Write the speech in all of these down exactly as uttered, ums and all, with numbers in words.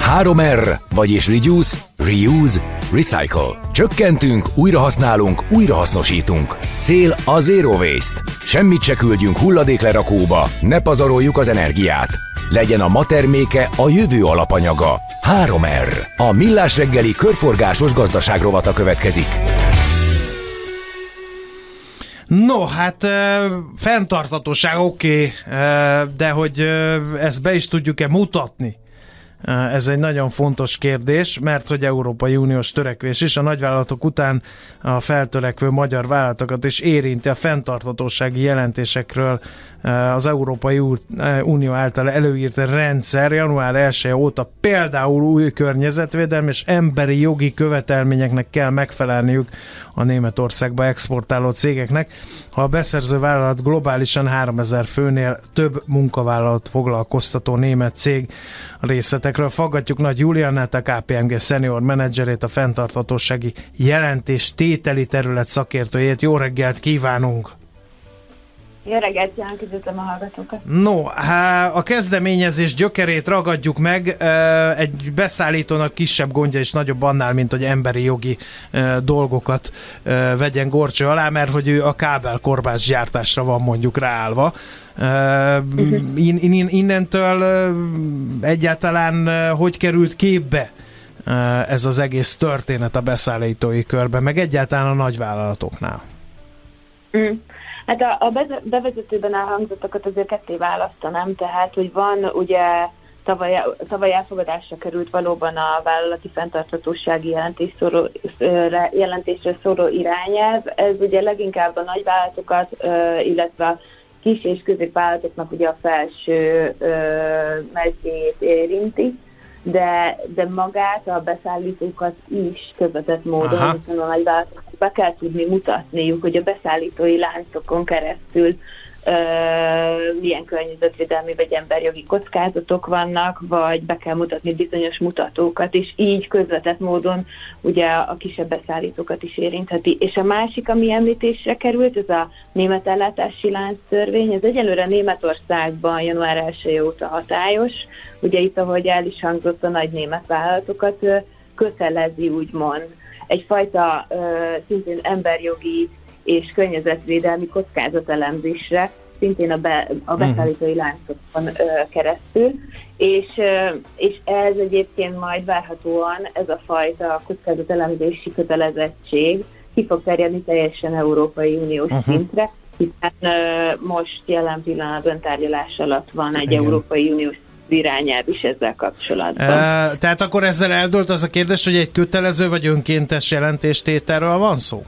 három er, vagyis Reduce, Reuse, Recycle. Csökkentünk, újrahasználunk, újrahasznosítunk. Cél a Zero Waste. Semmit se küldjünk hulladéklerakóba, ne pazaroljuk az energiát. Legyen a ma terméke a jövő alapanyaga. három er. A Millás reggeli körforgásos gazdaságrovata következik. No, hát e, fenntarthatóság oké, okay, e, de hogy e, ezt be is tudjuk-e mutatni? Ez egy nagyon fontos kérdés, mert hogy Európai Uniós törekvés is a nagyvállalatok után a feltörekvő magyar vállalatokat is érinti a fenntarthatósági jelentésekről az Európai Unió által előírt rendszer január elseje óta például új környezetvédelmi és emberi jogi követelményeknek kell megfelelniük a Németországba exportáló cégeknek. Ha a beszerző vállalat globálisan háromezer főnél több munkavállalat foglalkoztató német cég, a részletekről faggatjuk Nagy Juliannát, a ká pé em gé senior menedzserét, a fenntarthatósági jelentés tételi terület szakértőjét. Jó reggelt kívánunk! Jó reggelt, kívánok, üdvözlöm a hallgatókat! No, a kezdeményezés gyökerét ragadjuk meg. Egy beszállítónak kisebb gondja és nagyobb annál, mint hogy emberi jogi dolgokat vegyen górcső alá, mert hogy ő a kábelkorbács gyártásra van mondjuk ráállva. Uh-huh. In, in, innentől egyáltalán hogy került képbe ez az egész történet a beszállítói körben, meg egyáltalán a nagyvállalatoknál? Uh-huh. Hát a, a bevezetőben elhangzottakat azért ketté választanám, tehát, hogy van ugye tavaly, tavaly elfogadásra került valóban a vállalati fenntarthatósági jelentés szóró, jelentésre szóló irányelv. Ez ugye leginkább a nagyvállalatokat, illetve a kis és középvállalatoknak ugye a felső mezőjét érinti, de, de magát a beszállítókat is közvetett módon, hiszen a nagyvállalatoknak be kell tudni mutatniuk, hogy a beszállítói láncokon keresztül Uh, milyen környezetvédelmi vagy emberjogi kockázatok vannak, vagy be kell mutatni bizonyos mutatókat, és így közvetett módon ugye a kisebb beszállítókat is érintheti. És a másik, ami említésre került, ez a német ellátási lánctörvény, ez egyelőre Németországban január elseje óta hatályos. Ugye itt, ahogy el is hangzott, a nagy német vállalatokat uh, kötelezi úgymond egyfajta uh, szintén emberjogi és környezetvédelmi kockázatelemzésre, szintén a, be, a beszállítói láncokon ö, keresztül, és, ö, és ez egyébként majd várhatóan ez a fajta kockázatelemzési kötelezettség ki fog terjedni teljesen Európai Uniós uh-huh. szintre, hiszen ö, most jelen pillanatban tárgyalás alatt van egy Igen. Európai Uniós irányelv is ezzel kapcsolatban. E, tehát akkor ezzel eldőlt az a kérdés, hogy egy kötelező vagy önkéntes jelentéstételről van szó?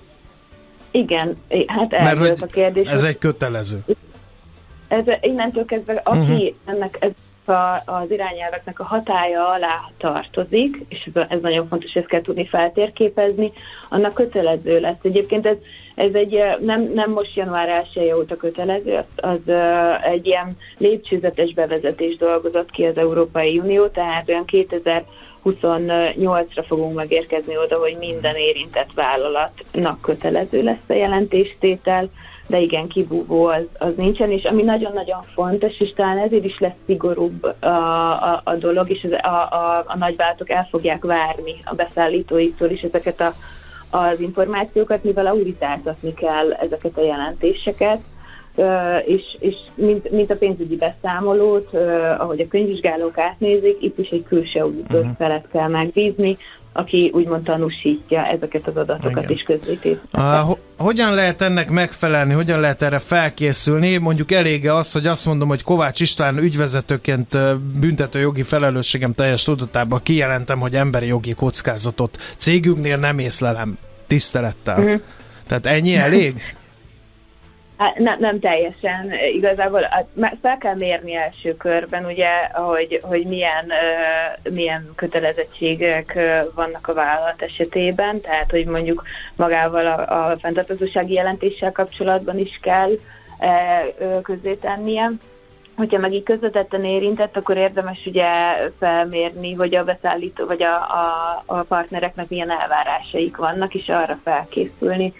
Igen, hát eldőlt a kérdés. Ez egy kötelező. Ez, innentől kezdve, aki uh-huh. ennek ez a, az irányelveknek a hatálya alá tartozik, és ez, ez nagyon fontos, ezt kell tudni feltérképezni, annak kötelező lesz. Egyébként ez, ez egy nem, nem most január elseje óta kötelező, az, az egy ilyen lépcsőzetes bevezetés dolgozott ki az Európai Unió, tehát olyan kétezer-huszonnyolcra fogunk megérkezni oda, hogy minden érintett vállalatnak kötelező lesz a jelentéstétel, de igen, kibúvó az, az nincsen, és ami nagyon-nagyon fontos, és talán ezért is lesz szigorúbb a, a, a dolog, és az, a, a, a nagyvállalatok el fogják várni a beszállítóiktól is ezeket a, az információkat, mivel auditáltatni kell ezeket a jelentéseket, Uh, és, és mint, mint a pénzügyi beszámolót, uh, ahogy a könyvvizsgálók átnézik, itt is egy külső auditor uh-huh. felet kell megbízni, aki úgymond tanúsítja ezeket az adatokat Igen. és közzétételi. Uh, hogyan lehet ennek megfelelni, hogyan lehet erre felkészülni? Mondjuk elége az, hogy azt mondom, hogy Kovács István ügyvezetőként büntető jogi felelősségem teljes tudatában kijelentem, hogy emberi jogi kockázatot cégünknél nem észlelem tisztelettel. Uh-huh. Tehát ennyi elég? Hát nem, nem teljesen. Igazából fel kell mérni első körben, ugye, hogy, hogy milyen, uh, milyen kötelezettségek uh, vannak a vállalat esetében, tehát hogy mondjuk magával a, a fenntarthatósági jelentéssel kapcsolatban is kell uh, közzétennie. Hogyha meg így közvetetten érintett, akkor érdemes ugye felmérni, hogy a beszállító vagy a, a, a partnereknek milyen elvárásaik vannak, és arra felkészülni,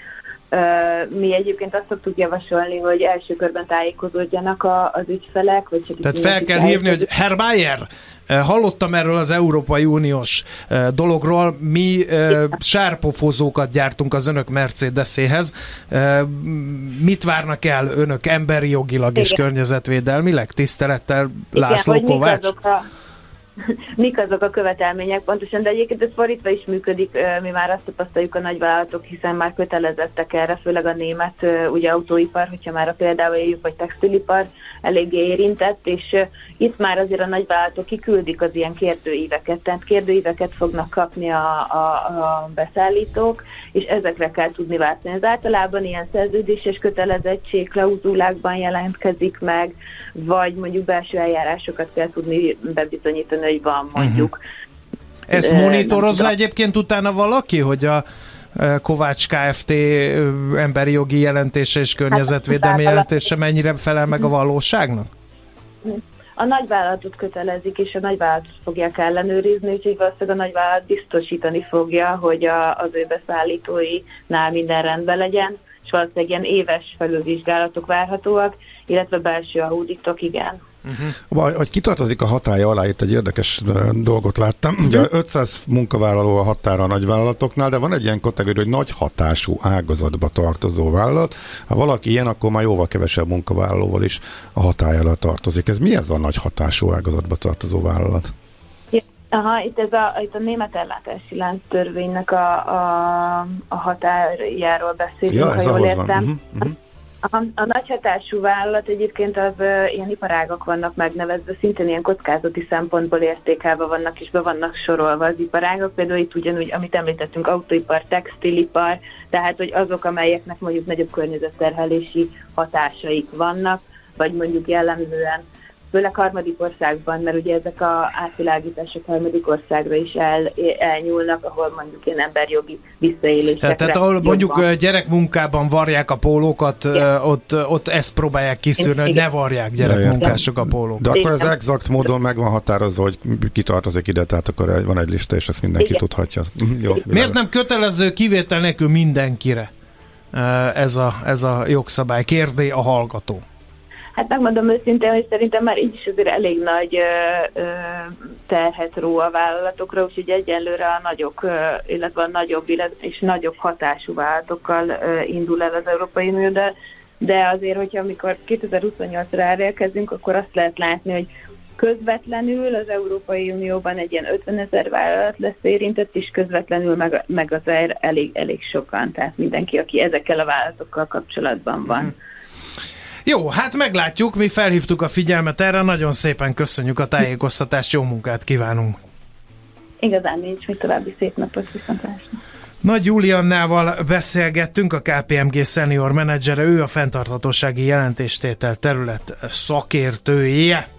Mi egyébként azt szoktuk javasolni, hogy első körben tájékozódjanak a, az ügyfelek. Vagy Tehát fel kell hívni, hogy Herr Mayer, hallottam erről az Európai Uniós dologról, mi sárpofozókat gyártunk az önök Mercedeséhez. Mit várnak el önök emberi jogilag és igen. környezetvédelmileg? Tisztelettel, László igen, Kovács? Mik azok a követelmények pontosan, de egyébként ez fordítva is működik, mi már azt tapasztaljuk a nagyvállalatok, hiszen már kötelezettek erre, főleg a német ugye autóipar, hogyha már a példával éljük, vagy textilipar eléggé érintett, és itt már azért a nagyvállalatok kiküldik az ilyen kérdőíveket, tehát kérdőíveket fognak kapni a, a, a beszállítók, és ezekre kell tudni váltani. Ez általában ilyen szerződéses kötelezettség, klauzulákban jelentkezik meg, vagy mondjuk belső eljárásokat kell tudni bebizonyítani, hogy van mondjuk. Uh-huh. Ezt monitorozza uh, egyébként utána valaki, hogy a Kovács Kft. Emberi jogi jelentése és környezetvédelmi hát, jelentése mennyire felel meg a valóságnak? A nagyvállalatot kötelezik, és a nagyvállalatot fogják ellenőrizni, úgyhogy valószínűleg a nagyvállalat biztosítani fogja, hogy a, az ő beszállítóinál minden rendben legyen, és valószínűleg ilyen éves felülvizsgálatok várhatóak, illetve belső auditok, igen. Uh-huh. Hogy kitartozik a hatálya alá, itt egy érdekes dolgot láttam. Uh-huh. Ugye ötszáz munkavállaló a határa a nagyvállalatoknál, de van egy ilyen kategória, hogy nagy hatású ágazatba tartozó vállalat. Ha valaki ilyen, akkor már jóval kevesebb munkavállalóval is a hatály alá tartozik. Ez mi ez a nagy hatású ágazatba tartozó vállalat? Aha, itt, ez a, itt a német ellátási lánc törvénynek a, a, a határjáról beszélünk, ja, ha jól értem. Uh-huh. Uh-huh. A, a nagyhatású vállalat egyébként az uh, ilyen iparágak vannak megnevezve, szintén ilyen kockázati szempontból értékelve vannak, és be vannak sorolva az iparágak, például itt ugyanúgy, amit említettünk, autóipar, textilipar, tehát hogy azok, amelyeknek mondjuk nagyobb környezetterhelési hatásaik vannak, vagy mondjuk jellemzően főleg harmadik országban, mert ugye ezek az átvilágítások harmadik országra is el, elnyúlnak, ahol mondjuk ilyen emberjogi visszaélésekre. Tehát ahol mondjuk gyerekmunkában varják a pólókat, ott, ott ezt próbálják kiszűrni, hogy ne varják gyerekmunkások a pólókat. De akkor ez exakt módon meg van határozva, hogy ki tartozik ide, tehát akkor van egy lista, és ezt mindenki igen. tudhatja. Jó, miért nem kötelező kivétel nélkül mindenkire ez a, ez a jogszabály? Kérdé a hallgató. Hát megmondom őszintén, hogy szerintem már így is azért elég nagy ö, ö, terhet ró a vállalatokra, úgyhogy egyenlőre a nagyok, ö, illetve a nagyobb és nagyobb hatású vállalatokkal ö, indul el az Európai Unió, de, de azért, hogyha amikor kétezer-huszonnyolcra elérkezünk, akkor azt lehet látni, hogy közvetlenül az Európai Unióban egy ilyen ötvenezer vállalat lesz érintett, és közvetlenül meg, meg azért elég, elég sokan, tehát mindenki, aki ezekkel a vállalatokkal kapcsolatban van. Mm. Jó, hát meglátjuk, mi felhívtuk a figyelmet erre, nagyon szépen köszönjük a tájékoztatást, jó munkát kívánunk! Igazán nincs, mit további szép napot, viszontlátásra! Nagy Juliannával beszélgettünk, a ká pé em gé senior menedzsere, ő a fenntarthatósági jelentéstétel terület szakértője.